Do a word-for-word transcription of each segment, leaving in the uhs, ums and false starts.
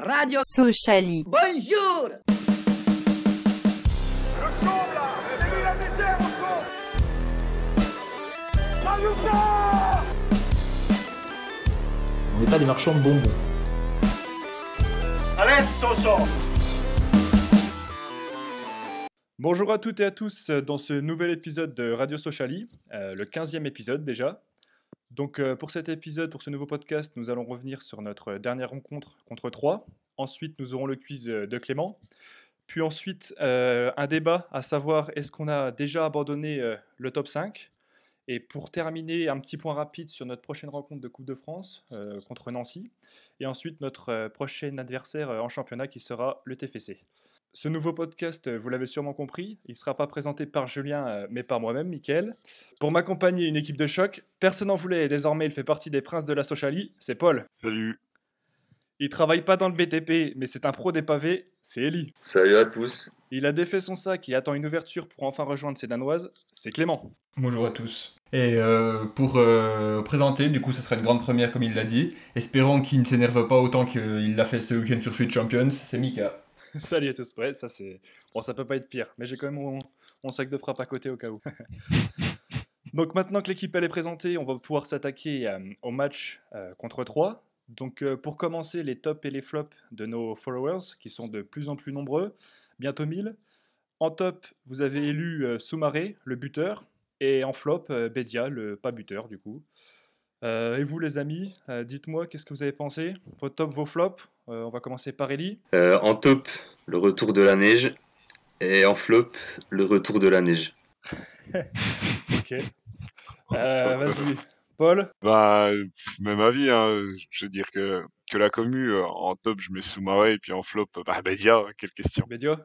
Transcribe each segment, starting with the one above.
Radio Sociali. Bonjour. Le champ là, c'est lui la misère encore. Malouka. On n'est pas des marchands de bonbons. Allez, Soso. Bonjour à toutes et à tous dans ce nouvel épisode de Radio Sociali, euh, le quinzième épisode déjà. Donc euh, pour cet épisode, pour ce nouveau podcast, nous allons revenir sur notre dernière rencontre contre Troyes. Ensuite, nous aurons le quiz de Clément. Puis ensuite, euh, un débat à savoir est-ce qu'on a déjà abandonné euh, le top cinq. Et pour terminer, un petit point rapide sur notre prochaine rencontre de Coupe de France euh, contre Nancy. Et ensuite, notre euh, prochain adversaire euh, en championnat qui sera le T F C. Ce nouveau podcast, vous l'avez sûrement compris, il ne sera pas présenté par Julien, mais par moi-même, Mickaël. Pour m'accompagner, une équipe de choc. Personne n'en voulait et désormais il fait partie des princes de la Sociali, c'est Paul. Salut. Il travaille pas dans le B T P, mais c'est un pro des pavés, c'est Eli. Salut à tous. Il a défait son sac et attend une ouverture pour enfin rejoindre ses Danoises, c'est Clément. Bonjour à tous. Et euh, pour euh, présenter, du coup, ce sera une grande première comme il l'a dit. Espérons qu'il ne s'énerve pas autant qu'il l'a fait ce week-end sur Switch Champions, c'est Mika. Salut à tous. Ouais, ça c'est. Bon, ça peut pas être pire, mais j'ai quand même mon, mon sac de frappe à côté au cas où. Donc maintenant que l'équipe elle est présentée, on va pouvoir s'attaquer euh, au match euh, contre Troyes. Donc euh, pour commencer, les tops et les flops de nos followers, qui sont de plus en plus nombreux, bientôt mille. En top, vous avez élu euh, Soumaré, le buteur, et en flop, euh, Bédia, le pas buteur du coup. Euh, et vous les amis, euh, dites-moi qu'est-ce que vous avez pensé, vos tops, vos flops. Euh, on va commencer par Eli. Euh, en top, le retour de la neige. Et en flop, le retour de la neige. Ok. Euh, vas-y, Paul. Bah, même avis, hein. Je veux dire que, que la commu, euh, en top, je mets Soumaré, et puis en flop, bah, Bédia, quelle question. Bédia.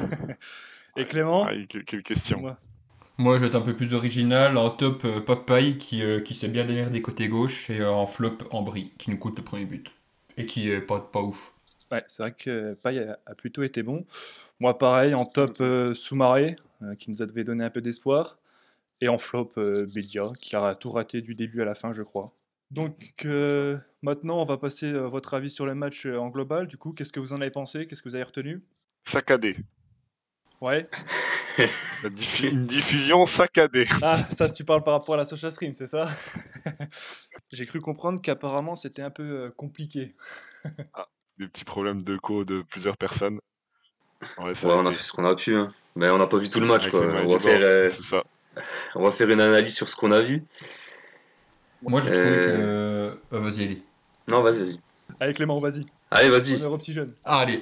Et Clément. Ah, quelle, quelle question. Moi. Moi, je vais être un peu plus original. En top, euh, Papaye, qui, euh, qui s'est bien démerdé côté gauche. Et euh, en flop, Ambry, qui nous coûte le premier but. Et qui est pas, pas ouf. Ouais, c'est vrai que Paille a, a plutôt été bon. Moi, pareil, en top, euh, Soumaré, euh, qui nous avait donné un peu d'espoir. Et en flop, euh, Bédia, qui a tout raté du début à la fin, je crois. Donc, euh, maintenant, on va passer euh, votre avis sur le match euh, en global. Du coup, qu'est-ce que vous en avez pensé? Qu'est-ce que vous avez retenu? Saccadé. Ouais. La diffu- une diffusion saccadée. Ah, ça, tu parles par rapport à la Social Stream, c'est ça? J'ai cru comprendre qu'apparemment, c'était un peu euh, compliqué. Ah, des petits problèmes de co de plusieurs personnes. Ouais, ça Ouais, a on a été. fait ce qu'on a pu. Hein. Mais on n'a pas vu tout le match. Avec Quoi. les moyens On, va du faire, bord, euh, c'est ça. on va faire une analyse sur ce qu'on a vu. Moi, j'ai Euh. trouvé que... Euh, vas-y, allez. Non, vas-y, vas-y. Allez, Clément, vas-y. Allez, vas-y. Honneur aux petits jeunes. Ah, allez.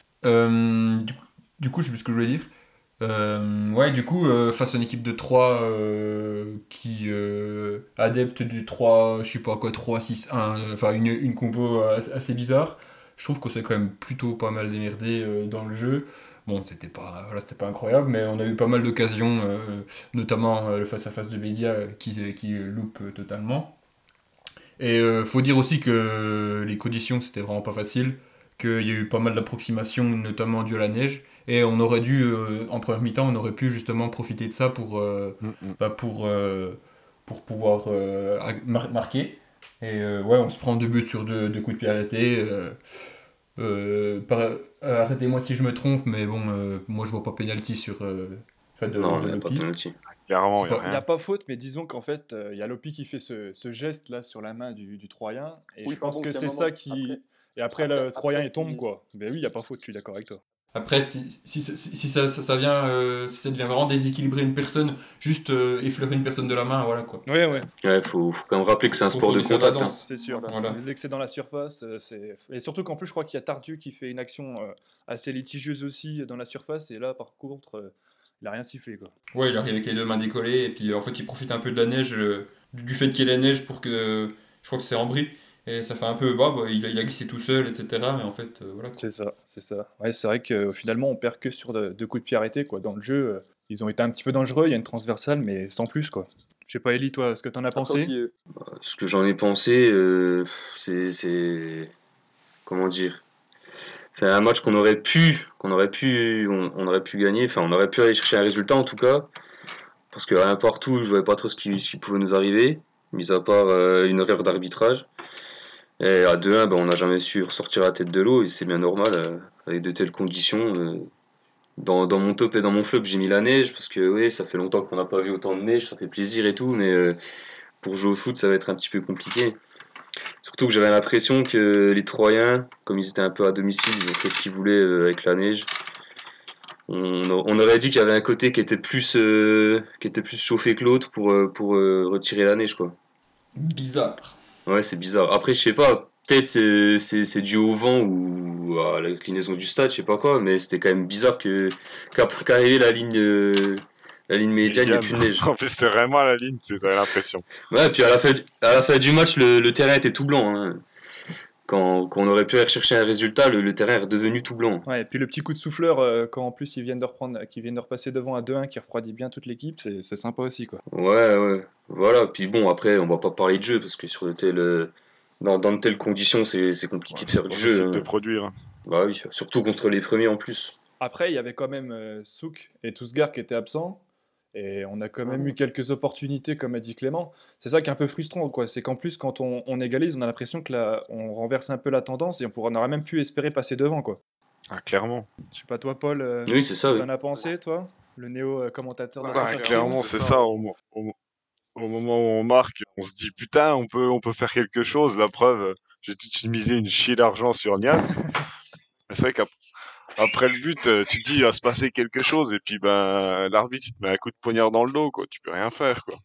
Euh, du, du coup, je sais plus ce que je voulais dire. Euh, ouais, du coup, euh, face à une équipe de trois euh, qui euh, adepte du trois, je sais pas quoi, trois six un, euh, enfin une, une compo assez, assez bizarre, je trouve qu'on s'est quand même plutôt pas mal démerdé euh, dans le jeu. Bon, c'était pas, voilà, c'était pas incroyable, mais on a eu pas mal d'occasions, euh, notamment euh, le face-à-face de Bédia euh, qui, qui euh, loupe euh, totalement. Et euh, faut dire aussi que les conditions c'était vraiment pas facile, qu'il y a eu pas mal d'approximations, notamment dû à la neige. Et on aurait dû, euh, en première mi-temps, on aurait pu justement profiter de ça pour, euh, Mm-mm. bah pour, euh, pour pouvoir euh, mar- marquer. Et euh, ouais, on se prend deux buts sur deux, deux coups de pied arrêtés. Euh, euh, par- euh, arrêtez-moi si je me trompe, mais bon, euh, moi je vois pas pénalty sur euh, enfin, de, Non, de il n'y a pas de Lopi. penalty. Clairement, il C'est n'y a pas- Il n'y rien. a pas faute, mais disons qu'en fait, il euh, y a Lopi qui fait ce, ce geste-là sur la main du, du Troyen. Et Oui, je enfin pense bon, que c'est un c'est moment. ça qui. Après- Et après, après- le Troyen après, il tombe, si- quoi. Ben oui, il n'y a pas faute, je suis d'accord avec toi. Après, si, si, si, si ça, ça, ça vient, euh, si ça devient vraiment déséquilibrer une personne, juste euh, effleurer une personne de la main, voilà quoi. Ouais, ouais, Ouais, faut, faut quand même rappeler que c'est un Faut- sport faut de faire la contact. Hein. danse. c'est sûr. Voilà. Dès que c'est dans la surface, euh, c'est. Et surtout qu'en plus, je crois qu'il y a Tardieu qui fait une action euh, assez litigieuse aussi dans la surface. Et là, par contre, euh, il n'a rien sifflé, quoi. Ouais, il arrive avec les deux mains décollées, et puis euh, en fait il profite un peu de la neige, euh, du du fait qu'il y ait la neige pour que, je crois que c'est Ambry, et ça fait un peu, bah, bah, il, a, il a glissé tout seul, et cetera. Mais en fait, euh, voilà quoi. C'est ça, c'est ça. Ouais, c'est vrai que euh, finalement, on perd que sur de- deux coups de pied arrêtés, quoi. Dans le jeu, euh, ils ont été un petit peu dangereux. Il y a une transversale, mais sans plus, quoi. Je sais pas, Ellie, toi, ce que t'en as Après pensé? aussi, euh, Ce que j'en ai pensé, euh, c'est, c'est. Comment dire? C'est un match qu'on aurait pu, qu'on aurait pu, on, on aurait pu gagner. Enfin, on aurait pu aller chercher un résultat en tout cas. Parce que rien partout, je voyais pas trop ce qui, ce qui pouvait nous arriver, mis à part euh, une erreur d'arbitrage. Et à deux un, bah, on n'a jamais su ressortir la tête de l'eau et c'est bien normal euh, avec de telles conditions. euh. Dans, dans mon top et dans mon flop, j'ai mis la neige parce que oui, ça fait longtemps qu'on n'a pas vu autant de neige, ça fait plaisir et tout, mais euh, pour jouer au foot, ça va être un petit peu compliqué. Surtout que j'avais l'impression que les Troyens, comme ils étaient un peu à domicile, ils ont fait ce qu'ils voulaient euh, avec la neige. On, on aurait dit qu'il y avait un côté qui était plus, euh, qui était plus chauffé que l'autre pour, euh, pour euh, retirer la neige, quoi. Bizarre. Ouais, c'est bizarre. Après, je sais pas, peut-être c'est, c'est, c'est dû au vent ou à l'inclinaison du stade, je sais pas quoi, mais c'était quand même bizarre que qu'après qu'arrivait la ligne, euh, la ligne médiane, il n'y a plus de neige. En plus, c'était vraiment à la ligne, t'avais l'impression. Ouais, puis à la fin, du- à la fin du match, le, le terrain était tout blanc, hein. Quand, quand on aurait pu aller chercher un résultat, le, le terrain est redevenu tout blanc. Ouais, et puis le petit coup de souffleur, euh, quand en plus ils viennent de reprendre, qu'ils viennent de repasser devant à deux un, qui refroidit bien toute l'équipe, c'est c'est sympa aussi, quoi. Ouais, ouais. Voilà. Puis bon, après, on va pas parler de jeu parce que sur de telles, euh, dans, dans de telles conditions, c'est, c'est compliqué Ouais, de c'est faire pas du jeu, possible hein. de produire. Bah oui, surtout contre les premiers en plus. Après, il y avait quand même euh, Souk et Tousgar qui étaient absents, et on a quand même eu quelques opportunités, comme a dit Clément. C'est ça qui est un peu frustrant, quoi. C'est qu'en plus, quand on, on égalise, on a l'impression que là, on renverse un peu la tendance et on, pourra, on aurait même pu espérer passer devant, quoi. Ah, clairement. Je sais pas, toi, Paul, euh, Oui, c'est ça, oui. t'en as pensé, toi? Le néo-commentateur de la Bah, Sochaux clairement, News. c'est ça. Au, mo- au mo- au moment où on marque, on se dit putain, on peut, on peut faire quelque chose. La preuve, euh, j'ai tout de suite misé une chier d'argent sur Nian. Mais c'est vrai qu'après après le but, euh, tu te dis il va se passer quelque chose et puis ben l'arbitre il te met un coup de poignard dans le dos, quoi. Tu peux rien faire, quoi.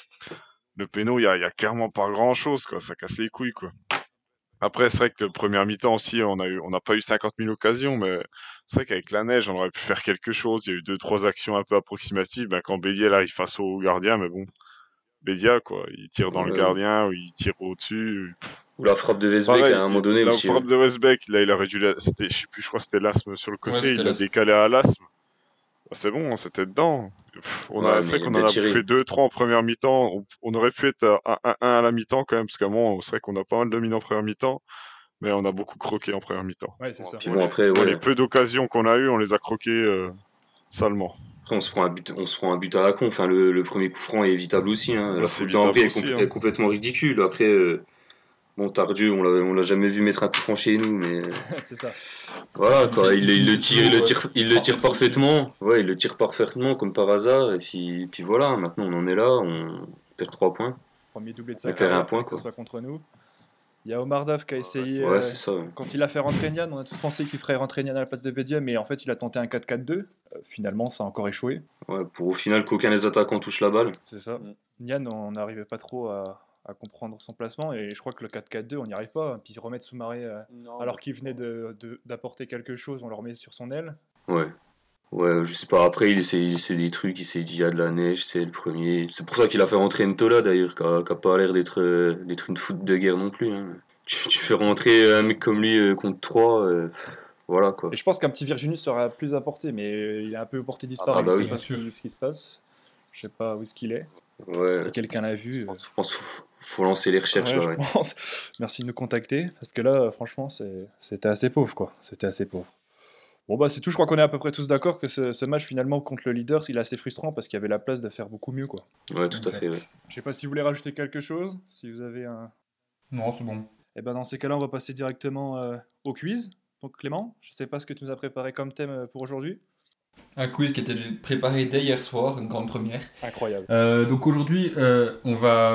Le péno, il y a, il y a clairement pas grand chose, quoi. Ça casse les couilles, quoi. Après, c'est vrai que le premier mi-temps aussi, on a eu, on n'a pas eu cinquante mille occasions, mais c'est vrai qu'avec la neige, on aurait pu faire quelque chose. Il y a eu deux, trois actions un peu approximatives. Ben, quand Bédia arrive face au gardien, mais bon, Bédia, quoi, il tire dans le Ouais. gardien ou il tire au-dessus. Ou la frappe de Westbeck Pareil, à un moment donné la aussi. frappe Ouais. de Westbeck, là, il aurait dû, la- c'était, je sais plus, je crois que c'était l'asthme sur le côté, Ouais, c'était il l'a l'asthme. décalé à l'asthme. Bah, c'est bon, c'était dedans. Pff, On Ouais, a, c'est vrai mais qu'on bien en a tiré. fait deux, trois en première mi-temps. On, on aurait pu être à un un à la mi-temps quand même, parce qu'à un moment, c'est vrai qu'on a pas mal dominé en première mi-temps, mais on a beaucoup croqué en première mi-temps. Ouais, c'est ça. Puis Bon, bon, les, après, bon, ouais. les peu d'occasions qu'on a eues, on les a croquées euh, salement. Après, on se prend un but, on se prend un but à la con. Enfin, le, le premier coup franc est évitable aussi, hein. Bah, La c'est faute d'Ambry évitable est, aussi, compl- hein. est complètement ridicule. Après, euh, bon, Tardieu, on l'a, on l'a jamais vu mettre un coup franc chez nous, mais C'est ça. voilà, Il quoi. fait- Il, il le- il le finit tire, il le toujours, tire, euh, il le tire trente mètres au-dessus. parfaitement. Ouais, il le tire parfaitement comme par hasard. Et puis, puis voilà. Maintenant, on en est là. On perd trois points. Premier doublé de sa On perd un carrière, point, fallait que ce quoi. soit contre nous. Il y a Omar Daf qui a essayé, Ouais, euh, c'est ça. Ouais. quand il a fait rentrer Nian, on a tous pensé qu'il ferait rentrer Nian à la place de Bédia, mais en fait il a tenté un quatre quatre deux. Euh, finalement, ça a encore échoué. Ouais, pour au final qu'aucun des attaquants touche la balle. C'est ça. Mm. Nian, on n'arrivait pas trop à, à comprendre son placement, et je crois que le quatre quatre deux, on n'y arrive pas. Puis remettre Soumaré, euh, alors qu'il venait de- de- d'apporter quelque chose, on le remet sur son aile. Ouais. Ouais, je sais pas. Après, il essaie, il essaie des trucs. Il s'est dit, il y a de la neige, c'est le premier. C'est pour ça qu'il a fait rentrer Ntola d'ailleurs, qui a, qui a pas l'air d'être euh, d'être une foot de guerre non plus, hein. Tu, tu fais rentrer un mec comme lui euh, contre trois, euh, pff, voilà quoi. Et je pense qu'un petit Virginus serait plus apporté, mais il est un peu porté disparu. Ah bah je sais oui, pas bien ce sûr. qui, ce qui se passe. Je sais pas où est-ce qu'il est. Ouais, Si quelqu'un l'a vu. euh, je pense qu'il faut, faut lancer les recherches Ouais, là, je ouais. pense. Merci de nous contacter, parce que là, franchement, c'est- c'était assez pauvre, quoi. C'était assez pauvre. Bon, bah, c'est tout. Je crois qu'on est à peu près tous d'accord que ce, ce match, finalement, contre le leader, il est assez frustrant parce qu'il y avait la place de faire beaucoup mieux, quoi. Ouais, tout à fait, ouais. Je sais pas si vous voulez rajouter quelque chose, si vous avez un. Non, c'est bon. Et ben, dans ces cas-là, on va passer directement euh, au quiz. Donc, Clément, je sais pas ce que tu nous as préparé comme thème euh, pour aujourd'hui. Un quiz qui était préparé dès hier soir, une grande première. Incroyable. Euh, donc aujourd'hui, euh, on va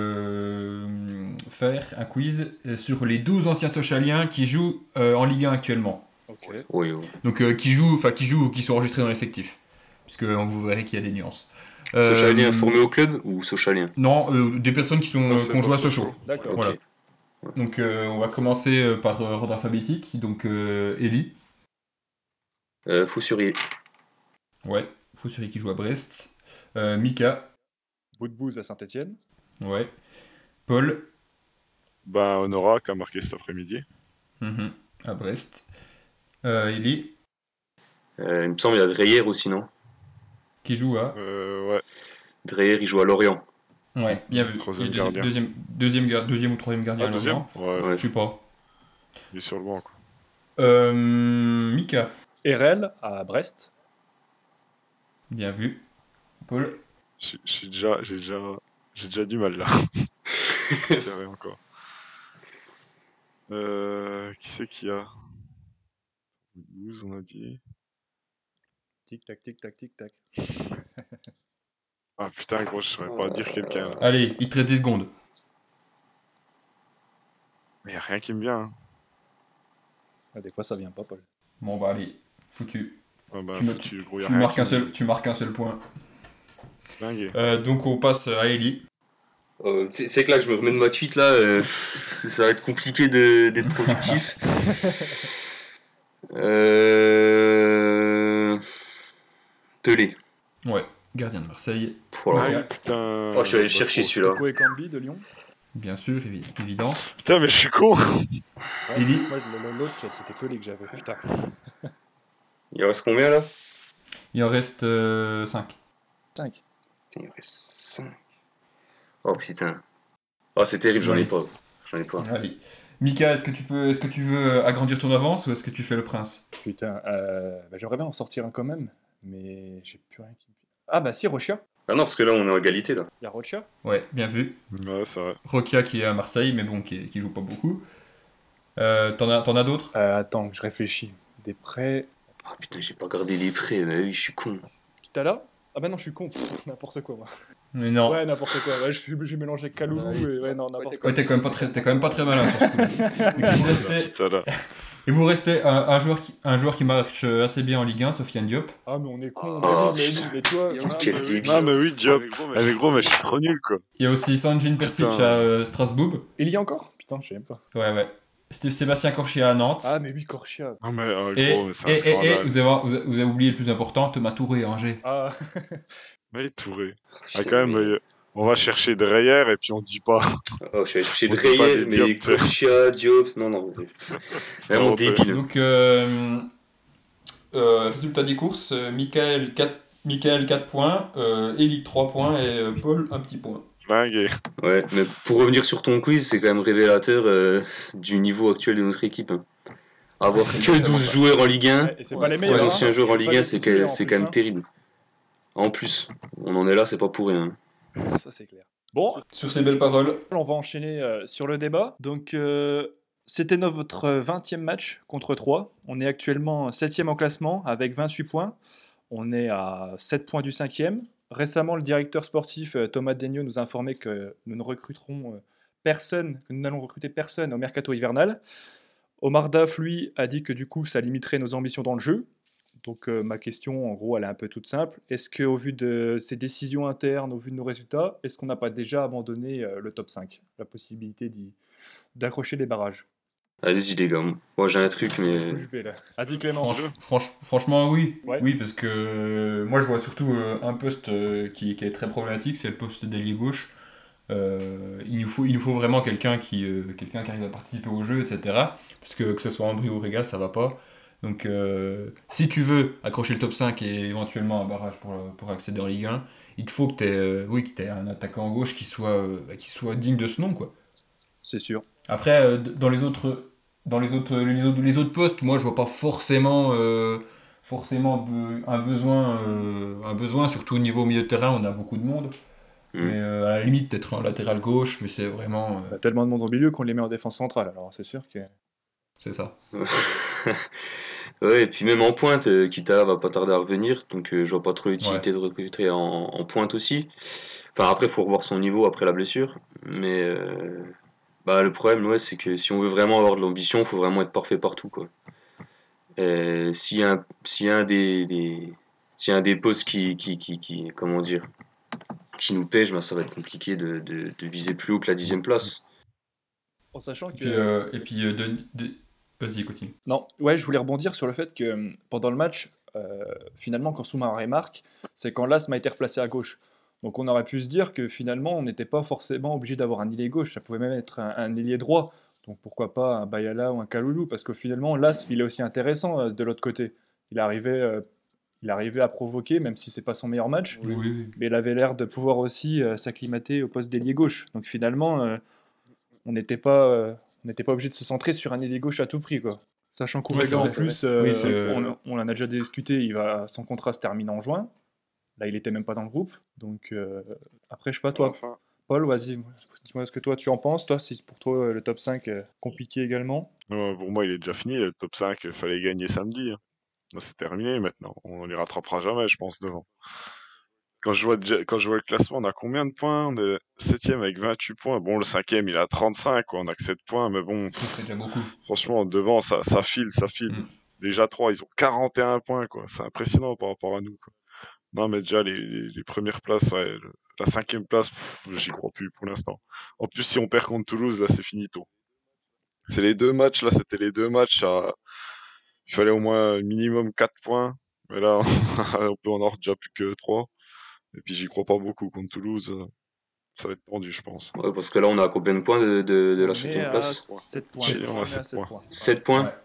euh, faire un quiz euh, sur les douze anciens Sochaliens qui jouent euh, en Ligue un actuellement. Ok. Oui, oui. Donc euh, qui jouent, enfin qui jouent ou qui sont enregistrés dans l'effectif. Puisque on vous verrez qu'il y a des nuances. Euh, Sochalien formé au club ou Sochalien? Non, euh, des personnes qui sont Non, euh, c'est qui ont pas joué à Sochaux. Sochaux. D'accord. Ok. Voilà. Donc euh, on va commencer euh, par euh, ordre alphabétique. Donc euh, Ellie. Euh, Foussurier. Ouais. Faut celui qui joue à Brest. Euh, Mika. Bout de bouse à Saint-Etienne. Ouais. Paul. Ben, Honora qui a marqué cet après-midi. Mhm. À Brest. Euh, Ellie. Euh, il me semble qu'il y a Dreyer aussi, non? Qui joue à. Euh, ouais. Dreyer, il joue à Lorient. Ouais, bien vu. Troisième Il est deuxi- gardien. Deuxième, deuxième, gar- deuxième ou troisième gardien Ah, à deuxième Lorient. Ouais, Ouais. Je sais pas. il est sur le banc, quoi. Euh, Mika. R L à Brest. Bien vu. Paul. Je je suis déjà, j'ai déjà, j'ai déjà du mal là. C'est vrai encore. Euh, qui c'est qui a douze, on a dit. Tic tac, tic tac, tic tac. Ah putain, gros, je saurais pas dire quelqu'un. là. Allez, il te reste dix secondes. Mais y a rien qui me vient. Hein. Ah, des fois, ça vient pas, Paul. Bon, bah allez, foutu. Ouais, bah, Tu, me- foutu, tu- gros, y a tu rien marques qui un me seul, tu marques un seul point. Dingue. Euh, donc on passe à Ellie. Euh, c'est c'est que là que je me remets de ma cuite là, euh, pff, ça ça va être compliqué de- d'être productif. euh... Pelé. Ouais, gardien de Marseille. Voilà. Ah, putain. Oh, je suis allé le Bah, chercher gros. celui-là. Nico et Cambi de Lyon. Bien sûr, évi- évident. Putain, mais je suis con. Ouais, Il dit- moi, le- le- l'autre, c'était Pelé que j'avais. Putain. Il en reste combien là? Il en reste cinq. cinq. Il en reste cinq. Oh putain. Oh, c'est terrible, j'en ai Oui. pas. J'en ai pas. Allez. Mika, est-ce que tu peux, est-ce que tu veux agrandir ton avance ou est-ce que tu fais le prince? Putain. Euh, bah, j'aimerais bien en sortir un quand même, mais j'ai plus rien qui me. Ah, bah si, Rocha. Ah non, parce que là on est en égalité là. Il y a Rocha. Ouais, bien vu. Ouais, c'est vrai. Rokia qui est à Marseille, mais bon, qui, qui joue pas beaucoup. Euh, t'en as, t'en as d'autres? Euh, attends, je réfléchis. Des prêts. Ah putain, j'ai pas gardé les prêts, mais oui, je suis con. Kitala. Ah, bah non, je suis con. Pff, n'importe quoi, moi. Mais non. Ouais, n'importe quoi. Ouais, je suis- j'ai mélangé Kaloulou et. Ouais, non, n'importe quoi. Ouais, t'es quand même pas très, t'es quand même pas très malin sur ce coup. Donc, il vous restait, Putain, là. il vous restait un, un joueur qui, un joueur qui marche assez bien en Ligue un, Sofiane Diop. Ah, mais on est con. Ah, mais, oui, putain. mais, mais toi. voilà, Quel mais oui. débile. Non, mais oui, Diop. Ah, mais gros, mais je suis trop nul, quoi. Il y a aussi Sanjin Persic Putain. à euh, Strasbourg. Il y a encore. Putain, je sais même pas. Ouais, ouais. C'était Sébastien Corchia à Nantes. Ah, mais oui, Korchia. Non, mais euh, et, gros, mais c'est un et, et, et scandale. vous, avez, vous, avez, vous avez oublié le plus important, Thomas Touré à Angers. Ah, Mais Touré. Ah, Putain, quand même, mais- euh, on va chercher Dreyer et puis on dit pas. Oh, je suis allé chercher On dit pas Dreyer, des mais Diop, tu sais. Korchia, Diop. Non, non. C'est Vraiment honteux. débile. Donc, euh, euh, résultat des courses, euh, Michael quatre, Michael quatre points, euh, Eli trois points et euh, Paul un petit point. Dingue. Ouais, mais pour revenir sur ton quiz, c'est quand même révélateur euh, du niveau actuel de notre équipe. hein. Avoir C'est que exactement douze ça. joueurs en Ligue un, et c'est Ouais. pas les les meilleurs. anciens hein. joueurs en C'est Ligue pas un, les c'est titulaires, que- en c'est plus, quand même hein. terrible. En plus, on en est là, c'est pas pour rien. Ça, c'est clair. Bon, Sur ces belles paroles, on va enchaîner euh, sur le débat. Donc, euh, c'était notre vingtième match contre trois. On est actuellement septième en classement avec vingt-huit points. On est à sept points du cinquième. Récemment, le directeur sportif euh, Thomas Degnaud nous a informé que nous ne recruterons euh, personne, que nous n'allons recruter personne au mercato hivernal. Omar Daf, lui, a dit que du coup, ça limiterait nos ambitions dans le jeu. Donc euh, ma question, en gros, elle est un peu toute simple. Est-ce qu'au vu de ces décisions internes, au vu de nos résultats, est-ce qu'on n'a pas déjà abandonné euh, le top cinq? La possibilité d'y- d'accrocher les barrages. Allez-y les gars, moi j'ai un truc, mais J P, là. Vas-y Clément. franch- franch- franchement, oui. Ouais. Oui, parce que euh, moi, je vois surtout euh, un poste euh, qui, qui est très problématique, c'est le poste d'ailier gauche. Euh, il, nous faut, il nous faut vraiment quelqu'un qui, euh, quelqu'un qui arrive à participer au jeu, et cetera. Parce que que ce soit Ambry ou Rega, ça va pas. Donc, euh, si tu veux accrocher le top cinq et éventuellement un barrage pour, pour accéder en Ligue un, il te faut que tu aies, oui, que t'aies un attaquant gauche qui soit, euh, bah, qui soit digne de ce nom, quoi. C'est sûr. Après, euh, d- dans les autres, dans les autres, les autres, les autres postes, moi, je vois pas forcément, euh, forcément be- un besoin, euh, un besoin, surtout au niveau milieu de terrain, on a beaucoup de monde. Mm. Mais euh, à la limite, peut-être un latéral gauche, mais c'est vraiment, euh, On a tellement de monde au milieu qu'on les met en défense centrale. Alors c'est sûr que. c'est ça. ouais, et puis même en pointe, euh, Kita va pas tarder à revenir, donc euh, je vois pas trop l'utilité de recruter en, en pointe aussi. Enfin après, faut revoir son niveau après la blessure, mais euh, bah le problème, ouais, c'est que si on veut vraiment avoir de l'ambition, faut vraiment être parfait partout, quoi. Et s'il y a un, s'il y a un des, des s'il y a un des postes qui, qui, qui, qui, comment dire, qui nous pêche, bah, ça va être compliqué de, de, de viser plus haut que la dixième place. En sachant Et que. puis, euh, et puis euh, de- de- vas-y, continue. Non, ouais, je voulais rebondir sur le fait que hum, pendant le match, euh, finalement, quand Soumaré marque, c'est quand Lasme a été replacé à gauche. Donc on aurait pu se dire que finalement, on n'était pas forcément obligé d'avoir un ailier gauche, ça pouvait même être un, un ailier droit. Donc pourquoi pas un Bayala ou un Kaloulou, parce que finalement, Lasme, il est aussi intéressant euh, de l'autre côté. Il arrivait, euh, il arrivait à provoquer, même si c'est pas son meilleur match, Oui, oui, oui. mais il avait l'air de pouvoir aussi euh, s'acclimater au poste d'ailier gauche. Donc finalement, euh, on n'était pas, euh, on n'était pas obligé de se centrer sur un ailier gauche à tout prix, quoi. Sachant Ouais, qu'Ourega, c'est en vrai, plus, c'est vrai. euh, Oui, c'est- on, on en a déjà discuté, il va, son contrat se termine en juin. Là, il était même pas dans le groupe. Donc, euh, après, je sais pas, toi, Enfin, Paul, vas-y, dis-moi ce que toi tu en penses. Toi, si pour toi euh, le top cinq euh, compliqué également. Euh, pour moi, il est déjà fini, le top cinq, il fallait gagner samedi. hein. Là, c'est terminé maintenant. On les rattrapera jamais, je pense, devant. Quand je vois, déjà- quand je vois le classement, on a combien de points? On est septième avec vingt-huit points. Bon, le cinquième, il a trente-cinq, quoi. On a que sept points, mais bon, Ça fait déjà beaucoup. franchement, devant, ça, ça file, ça file. Mm. Déjà trois, ils ont quarante et un points, quoi. C'est impressionnant par rapport à nous, quoi. Non, mais déjà, les, les, les premières places, ouais, le- la cinquième place, pff, j'y crois plus pour l'instant. En plus, si on perd contre Toulouse, là, c'est finito. C'est les deux matchs, là, c'était les deux matchs à... Il fallait au moins minimum quatre points. Mais là, on peut en avoir déjà plus que trois. Et puis, j'y crois pas beaucoup contre Toulouse. euh, Ça va être tendu, je pense. Ouais, parce que là, on a combien de points de, de, de On la est septième à place? sept points. Sept, On ouais, est à sept sept points. points. sept points? Ouais.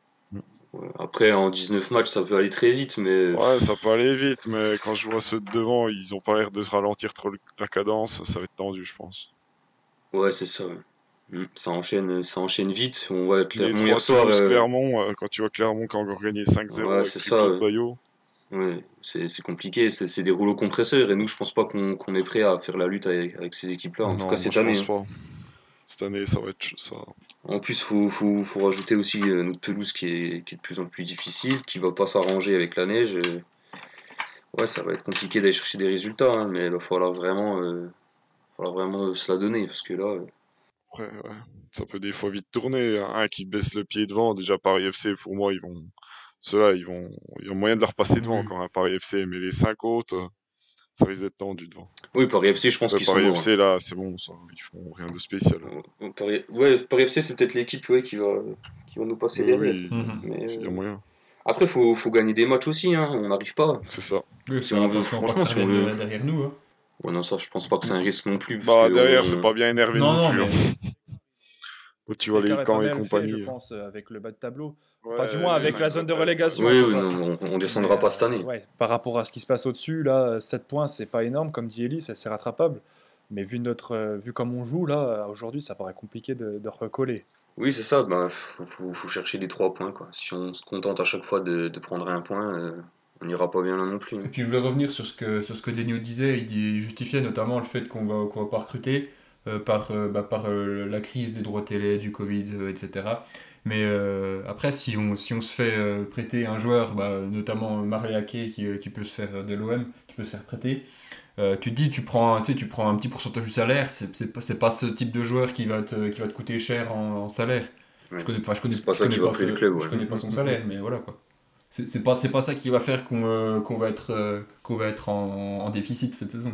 Ouais. Après, en dix-neuf matchs, ça peut aller très vite, mais Ouais, ça peut aller vite, mais quand je vois ceux de devant, ils ont pas l'air de se ralentir trop le- la cadence. Ça va être tendu, je pense. ouais, c'est ça. Ouais. Mm. Ça enchaîne, ça enchaîne vite. On voit Les Clermont trois, hier soir. Toulouse, euh, Clermont, euh, quand tu vois Clermont qui a encore gagné cinq zéro Ouais, avec c'est triplé ça. de Ouais. Bayo. Ouais, c'est c'est compliqué. C'est c'est des rouleaux compresseurs. Et nous, je pense pas qu'on qu'on est prêt à faire la lutte avec, avec ces équipes-là. En tout Non, cas, moi cette je année. pense Hein. pas. Cette année, ça va être ch- ça. En plus, faut, faut, faut rajouter aussi euh, notre pelouse qui est, qui est de plus en plus difficile, qui va pas s'arranger avec la neige. et- Ouais, ça va être compliqué d'aller chercher des résultats, hein, mais il va falloir vraiment, euh, falloir vraiment euh, se la donner, parce que là, euh, Ouais, ouais. Ça peut des fois vite tourner. Un qui baisse le pied devant, déjà Paris F C, pour moi, ils vont. Ceux-là, ils vont. Ils ont moyen de leur passer devant Oui. quand même, Paris F C, mais les cinq autres, euh, ça risque d'être tendu devant. oui, Paris F C, je pense Ouais, qu'ils sont Paris bons. Hein. F C, là, c'est bon, ça. Ils font rien de spécial. Euh, Paris... Ouais, Paris F C, c'est peut-être l'équipe ouais, qui, va, qui va nous passer Oui, derrière. oui, Mhm. Mais, il y a euh, moyen. Après, faut, faut gagner des matchs aussi, hein, on n'arrive pas. C'est ça. Oui, Si faire on veut, attention à pas que franchement, ça si on revienne veut. de- derrière nous. Hein. Ouais, non, ça, je pense pas que c'est un risque non plus. Parce Bah, que derrière, on- c'est pas bien énervé Non, non, non, plus. mais hein. Quand tu vois les L'écart est pas camps et mal fait, je compagnie. pense, euh, avec le bas de tableau. Ouais, Enfin, du moins les avec la cinq zone de batailles, relégation. Oui, je oui, pense. non, on, on descendra Mais, pas cette euh, année. ouais, par rapport à ce qui se passe au-dessus, là, sept points, c'est pas énorme, comme dit Ellie, c'est assez rattrapable. Mais vu, notre, euh, vu comme on joue, là, aujourd'hui, ça paraît compliqué de, de recoller. Oui, c'est ça, bah, faut, faut, faut chercher les trois points, quoi. Si on se contente à chaque fois de, de prendre un point, euh, on n'ira pas bien là non plus. Et hein. puis je voulais revenir sur ce que, sur ce que Denio disait, il dit- justifiait notamment le fait qu'on va, qu'on va pas recruter euh, par, euh, bah, par euh, la crise des droits télé, du Covid, euh, et cetera. Mais euh, après, si on, si on se fait euh, prêter un joueur, bah, notamment Marley Ake qui, euh, qui peut se faire de l'O M, qui peut se faire prêter, euh, tu te dis, tu prends, tu sais, tu prends un petit pourcentage du salaire, c'est c'est pas, c'est pas ce type de joueur qui va te, qui va te coûter cher en, en salaire. Ouais. Je connais, enfin, je connais, C'est pas je ça connais qui va pas créer ce- le club, je ouais. connais pas son salaire, mais voilà quoi. C'est c'est pas, c'est pas ça qui va faire qu'on euh, qu'on va être, euh, qu'on va être en, en déficit cette saison.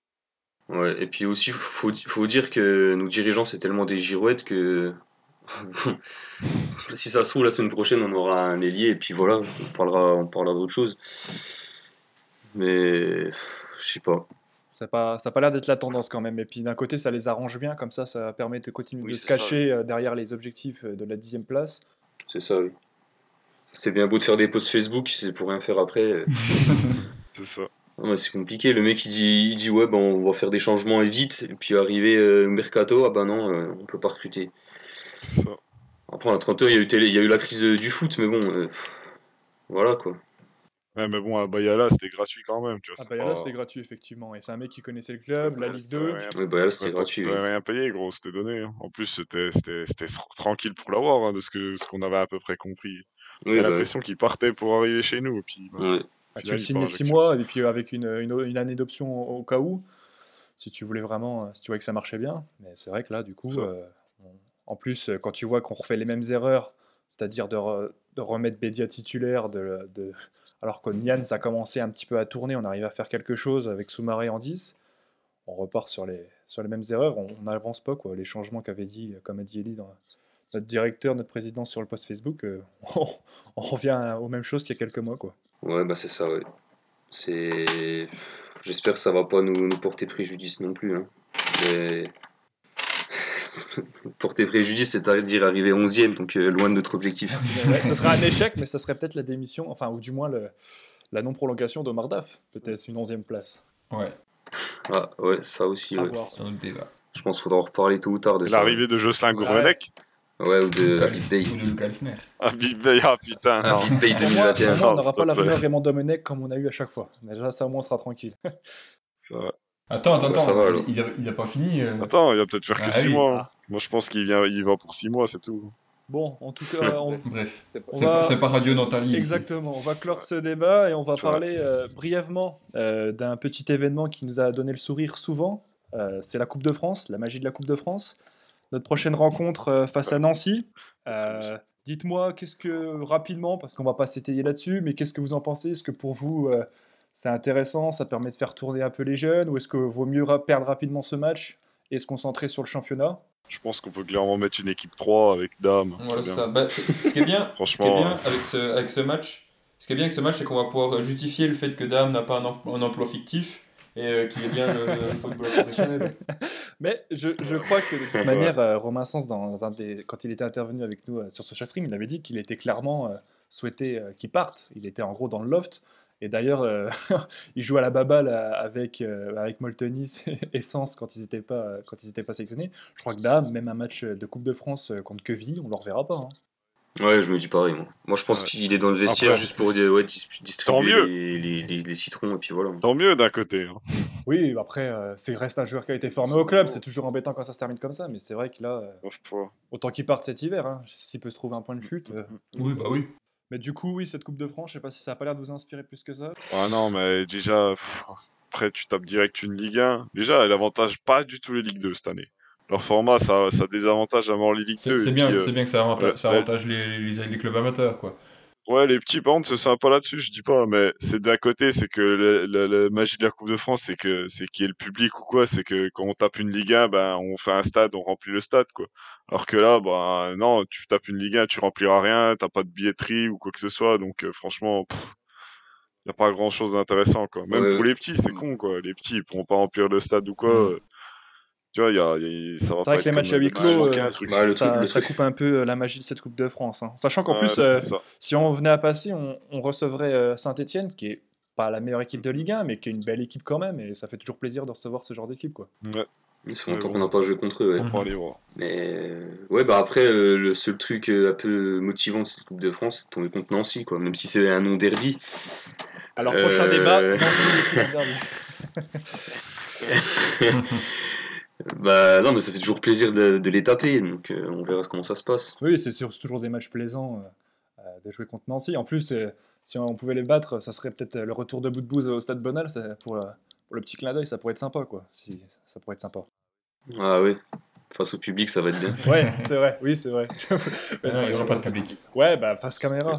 Ouais, et puis aussi, faut, faut dire que nos dirigeants, c'est tellement des girouettes que si ça se trouve, la semaine prochaine, on aura un ailier, et puis voilà, on parlera, on parlera d'autre chose. Mais je sais pas. Ça n'a pas, ça a pas l'air d'être la tendance quand même. Et puis d'un côté, ça les arrange bien, comme ça, ça permet de continuer Oui, de se c'est ça, cacher euh, derrière les objectifs euh, de la dixième place. C'est ça, oui. C'est bien beau de faire des posts Facebook, c'est pour rien faire après. euh. C'est ça. Non, mais c'est compliqué. Le mec il dit, il dit ouais, ben, on va faire des changements et vite. Et puis arrivé euh, au mercato, ah ben non, euh, on peut pas recruter. C'est ça. Après, en trente heures, il y a eu, télé, il y a eu la crise euh, du foot, mais bon, euh, pff, voilà quoi. Ouais, mais bon, à Bayala, c'était gratuit quand même, tu vois. Ah c'est bah pas... là, c'était gratuit, effectivement. Et c'est un mec qui connaissait le club, la Ouais, Ligue c'était deux. rien- Oui, bah là, c'était ouais, gratuit. t'avais oui. rien payé, gros, c'était donné. hein. En plus, c'était c'était c'était tr- tranquille pour l'avoir, hein, de ce que ce qu'on avait à peu près compris. Oui, J'ai bah, l'impression qu'il partait pour arriver chez nous, et puis bah, ouais. Ah, tu final, le il signais part six avec- mois, et puis euh, avec une, une, une année d'option au, au cas où, si tu voulais vraiment, euh, si tu voyais que ça marchait bien. Mais c'est vrai que là, du coup, Ça. euh, on- en plus, euh, quand tu vois qu'on refait les mêmes erreurs, c'est-à-dire de, re- de remettre Bédia titulaire, de, de- alors que Nian, ça a commencé un petit peu à tourner, on arrive à faire quelque chose avec Soumaré en dix, on repart sur les, sur les mêmes erreurs, on n'avance pas, quoi. Les changements qu'avait dit, comme a dit Elie, dans notre directeur, notre président sur le post Facebook, euh, on, on revient aux mêmes choses qu'il y a quelques mois, quoi. Ouais, bah c'est ça, ouais. C'est... J'espère que ça va pas nous, nous porter préjudice non plus. Hein. Mais... porter préjudice, c'est-à-dire arriver onzième, donc euh, loin de notre objectif. Ouais, ce serait un échec, mais ce serait peut-être la démission, enfin, ou du moins le- la non-prolongation d'Omar Daf, peut-être une onzième place. Ouais, Ah ouais, ça aussi, À ouais. voir. c'est un autre débat. Je pense qu'il faudra en reparler tôt ou tard de ça. L'arrivée de Jocelyn Gourvenec. Ouais, ou de Ou Habib Bey. de Luc Alsner. Ah, Big Bay, ah putain. non. Habib Bey Au moins, deux mille vingt et un. au moins, on Non, n'aura s'il pas te la plaît. rumeur Raymond Domenech comme on a eu à chaque fois. Déjà, ça, au moins, on sera tranquille. Ça va. Attends, attends, Bah, ça attends, va, il, alors. il a, il a pas fini. euh. Attends, il va peut-être faire que Ah six oui. mois. Ah. Moi, je pense qu'il vient, il va pour six mois, c'est tout. Bon, en tout cas, on, Bref, C'est pas- On c'est va- pas, c'est pas Radio Nantali ici. exactement, on va clore ce débat et on va C'est vrai. parler euh, brièvement euh, d'un petit événement qui nous a donné le sourire souvent. Euh, c'est la Coupe de France, la magie de la Coupe de France. Notre prochaine rencontre euh, face à Nancy. Euh, dites-moi, qu'est-ce que, rapidement, parce qu'on va pas s'étayer là-dessus, mais qu'est-ce que vous en pensez? Est-ce que pour vous, euh, c'est intéressant, ça permet de faire tourner un peu les jeunes, ou est-ce que vaut mieux ra- perdre rapidement ce match et se concentrer sur le championnat? Je pense qu'on peut clairement mettre une équipe trois avec Dame. Voilà, c'est bien. ça. Bah, c'est- c'est- ce qui est bien, ce qui est Franchement, bien euh, avec ce, avec ce match, ce qui est bien avec ce match, c'est qu'on va pouvoir justifier le fait que Dame n'a pas un, em- un emploi fictif et euh, qu'il est bien le, le football professionnel. Mais je, je crois que de toute C'est manière, euh, Romain Sens, dans un des, quand il était intervenu avec nous euh, sur ce Stream, il avait dit qu'il était clairement euh, souhaité euh, qu'il parte. Il était en gros dans le loft. Et d'ailleurs, euh, il joue à la baballe euh, avec, euh, avec Moltenis et Sens quand ils n'étaient pas, euh, quand ils étaient pas sélectionnés. Je crois que Dame, même un match de Coupe de France euh, contre Quevilly, on ne le reverra pas. hein. Ouais, je me dis pareil, moi. Moi, je pense Ouais. qu'il est dans le vestiaire Après, juste pour euh, ouais, dis- distribuer mieux. les, les, les, les citrons et puis voilà. tant mieux d'un côté. hein. Oui, après, euh, c'est reste un joueur qui a été formé au club. C'est toujours embêtant quand ça se termine comme ça. Mais c'est vrai que là, euh, Franchement. autant qu'il parte cet hiver, hein, s'il peut se trouver un point de chute. euh. Oui, bah oui. Mais du coup, oui, cette Coupe de France, je sais pas si ça a pas l'air de vous inspirer plus que ça. Ah non, mais déjà, pff, après, tu tapes direct une Ligue un. Déjà, elle avantage pas du tout les Ligue deux cette année. Leur format, ça, ça désavantage à mort les Ligue C'est deux. c'est et bien, puis, euh, c'est bien que ça avantage, ouais, ça ouais. avantage les, les, les clubs amateurs, quoi. Ouais, les petits, par contre, c'est sympa là-dessus, je dis pas, mais c'est d'un côté, c'est que la, la- la magie de la Coupe de France, c'est que c'est qu'il y ait le public ou quoi, c'est que quand on tape une Ligue un, ben on fait un stade, on remplit le stade, quoi. Alors que là, ben non, tu tapes une Ligue un, tu rempliras rien, t'as pas de billetterie ou quoi que ce soit, donc euh, franchement, pff, y a pas grand-chose d'intéressant, quoi. Même Ouais, pour ouais. les petits, c'est con, quoi. Les petits, ils pourront pas remplir le stade ou quoi. Mm. euh, Tu vois, y a, y a- ça va C'est vrai pas que les être matchs comme à huis le match clos, manqué, euh, un truc. Bah, le ça, truc, le ça truc. coupe un peu euh, la magie de cette Coupe de France. hein. Sachant qu'en Ouais, plus, euh, c'est ça. si on venait à passer, on, on recevrait euh, Saint-Etienne, qui est pas la meilleure équipe de Ligue un, mais qui est une belle équipe quand même, et ça fait toujours plaisir de recevoir ce genre d'équipe. quoi. Ouais, Il fait Ouais, longtemps bon. qu'on n'a pas joué contre eux, ouais. on prend les voir. Mais euh, ouais, bah après, euh, le seul truc euh, un peu motivant de cette Coupe de France, c'est de tomber contre Nancy, quoi. Même si c'est un nom derby. Alors, Euh, prochain débat, Nancy, l'équipe derby. Bah non, mais ça fait toujours plaisir de, de les taper, donc euh, on verra comment ça se passe. Oui, c'est sûr, c'est toujours des matchs plaisants euh, euh, de jouer contre Nancy. En plus, euh, si on pouvait les battre, ça serait peut-être le retour de bout de bouse au Stade Bonal. ça- Pour, euh, pour le petit clin d'œil, ça pourrait être sympa, quoi. Si, ça pourrait être sympa. Ah ouais, face au public, ça va être bien. Ouais, c'est vrai. Oui, c'est vrai. Ouais, Ah, c'est il n'y aura vrai. pas de public. Ouais, bah, face caméra.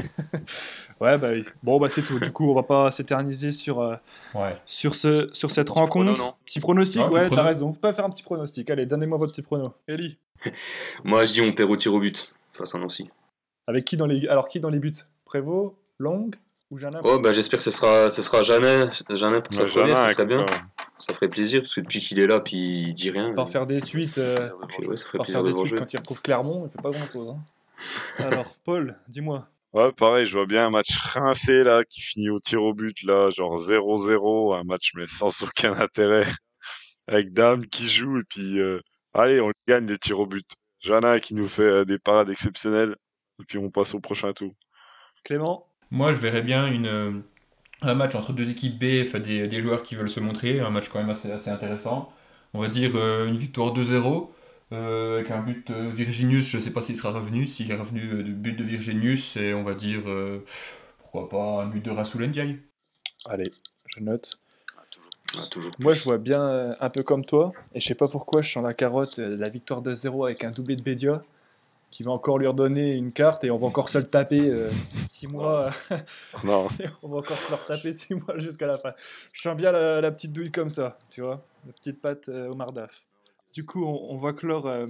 ouais, bah, oui. Bon, bah, c'est tout. Du coup, on va pas s'éterniser sur, euh, Ouais. sur, ce, sur cette Petit prono, rencontre. non Petit pronostic, Ah, petit ouais, prono. t'as raison. Vous pouvez faire un petit pronostic. Allez, donnez-moi votre petit prono. Ellie, Moi, je dis on perd au tir au but face à Nancy. avec qui dans les... Alors, qui dans les buts? Prévost, Long ou Janin? Oh, bah j'espère que ce sera, ce sera Janin, Janin pour sa Ouais, première, Janin, ça serait écoute, bien. euh, Ça ferait plaisir, parce que depuis qu'il est là, puis il dit rien. Par faire des tweets, euh, Puis ouais, ça ferait par plaisir faire de des voir tweets jouer. quand il retrouve Clermont, il fait pas grand-chose. hein. Alors, Paul, dis-moi. Ouais, pareil, je vois bien un match rincé, là, qui finit au tir au but, là, genre zéro zéro, un match, mais sans aucun intérêt, avec Dame qui joue, et puis, euh, allez, on gagne des tirs au but. Jana qui nous fait euh, des parades exceptionnelles, et puis on passe au prochain tour. Clément? Moi, je verrais bien une, euh, un match entre deux équipes B, enfin, des, des joueurs qui veulent se montrer, un match quand même assez, assez intéressant. On va dire euh, une victoire deux zéro, euh, avec un but euh, Virginius, je ne sais pas s'il sera revenu, s'il est revenu euh, du but de Virginius, et on va dire, euh, pourquoi pas, un but de Rassoul Ndiaye. Allez, je note. Ah, toujours Moi, plus. je vois bien euh, un peu comme toi, et je sais pas pourquoi je sens la carotte, euh, la victoire deux zéro avec un doublé de Bédia, qui va encore lui redonner une carte, et on va encore se le taper 6 mois. Non, On va encore se le retaper six mois jusqu'à la fin. Je sens bien la, la petite douille comme ça, tu vois, la petite patte euh, au Mardaf. Du coup, on, on va clore euh,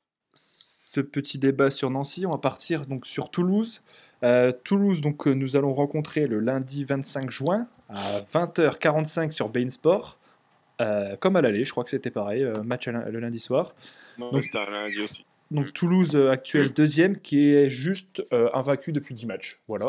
ce petit débat sur Nancy. On va partir donc sur Toulouse. Euh, Toulouse, donc euh, nous allons rencontrer le lundi vingt-cinq juin à vingt heures quarante-cinq sur beIN Sport. Euh, comme à l'aller, je crois que c'était pareil, euh, match à lin- le lundi soir. non Donc- c'était un lundi aussi. Donc Toulouse euh, actuel deuxième qui est juste euh, invaincu depuis dix matchs. Voilà.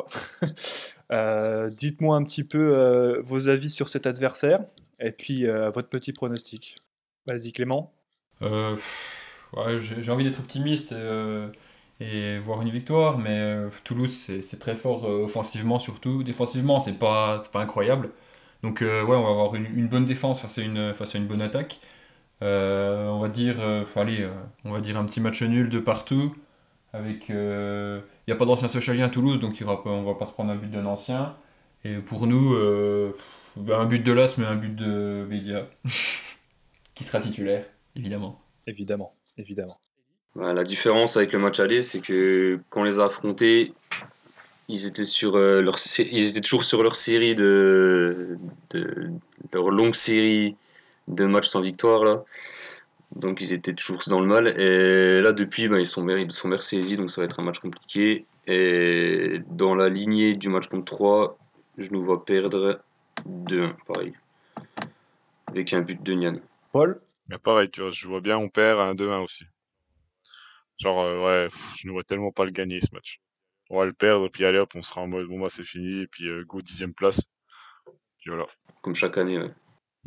Euh, dites-moi un petit peu euh, vos avis sur cet adversaire et puis euh, votre petit pronostic. Vas-y Clément. Euh, pff, ouais, j'ai j'ai envie d'être optimiste euh, et voir une victoire, mais euh, Toulouse c'est c'est très fort euh, offensivement surtout. Défensivement c'est pas, c'est pas incroyable. Donc euh, ouais, on va avoir une, une bonne défense face à une, face à une bonne attaque. Euh, on va dire, euh, faut aller, euh, on va dire un petit match nul de partout. Avec, il euh, n'y a pas d'ancien socialien à Toulouse, donc il y aura pas- on va pas se prendre un but d'un ancien. Et pour nous, euh, pff, un but de Las, mais un but de Bédia, qui sera titulaire, évidemment. Évidemment, évidemment. Bah, la différence avec le match aller, c'est que quand on les a affrontés, ils étaient sur euh, leur sé- ils étaient toujours sur leur série de, de leur longue série de matchs sans victoire là. Donc ils étaient toujours dans le mal. Et là depuis, ben, ils sont mer- ils sont saisis, donc ça va être un match compliqué. Et dans la lignée du match contre trois, je nous vois perdre deux un, pareil, avec un but de Nian. Paul? Mais pareil, tu vois, je vois bien, on perd un deux un aussi. Genre, euh, ouais, pff, je ne vois tellement pas le gagner ce match. On va le perdre, puis allez hop, on sera en mode, bon bah c'est fini, et puis euh, go dixième place. Puis voilà, Comme chaque année, ouais.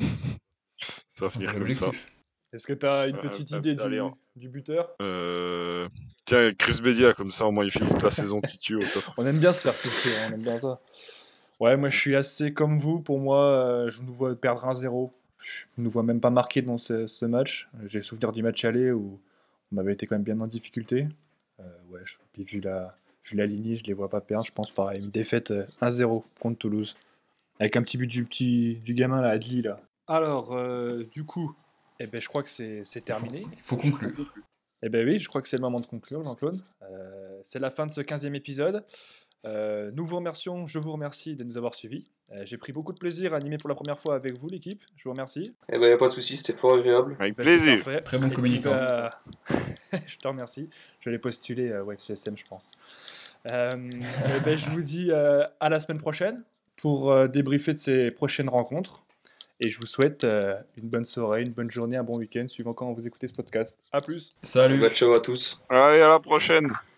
ça va C'est finir comme ça. l'objectif. Est-ce que tu as une Euh, petite euh, idée allez, du, on- du buteur? Euh... Tiens, Chris Bedia, comme ça, au moins il finit toute la saison titu au top. On aime bien se faire souffrir, on aime bien ça. Ouais, moi je suis assez comme vous. Pour moi, euh, je nous vois perdre un zéro. Je ne nous vois même pas marquer dans ce, ce match. J'ai souvenir du match aller où on avait été quand même bien en difficulté. Euh, ouais, je, puis vu la, vu la lignée, je les vois pas perdre. Je pense pareil, une défaite euh, un zéro contre Toulouse. Avec un petit but du, petit, du gamin là, Adli là. Alors, euh, du coup, eh ben, je crois que c'est c'est terminé. Il faut conclure. Eh ben oui, je crois que c'est le moment de conclure, Jean-Claude. Euh, c'est la fin de ce quinzième épisode. Euh, nous vous remercions, je vous remercie de nous avoir suivis. Euh, j'ai pris beaucoup de plaisir à animer pour la première fois avec vous, l'équipe. Je vous remercie. Eh ben y a pas de souci, c'était fort agréable. Avec Ben, c'est plaisir. parfait. Très bon Et puis, communicant. bah, je te remercie. Je vais les postuler euh, au F C S M, je pense. Euh, eh ben, je vous dis euh, à la semaine prochaine pour euh, débriefer de ces prochaines rencontres. Et je vous souhaite euh, une bonne soirée, une bonne journée, un bon week-end, suivant quand vous écoutez ce podcast. A plus. Salut. Bah, ciao à tous. Allez, à la prochaine.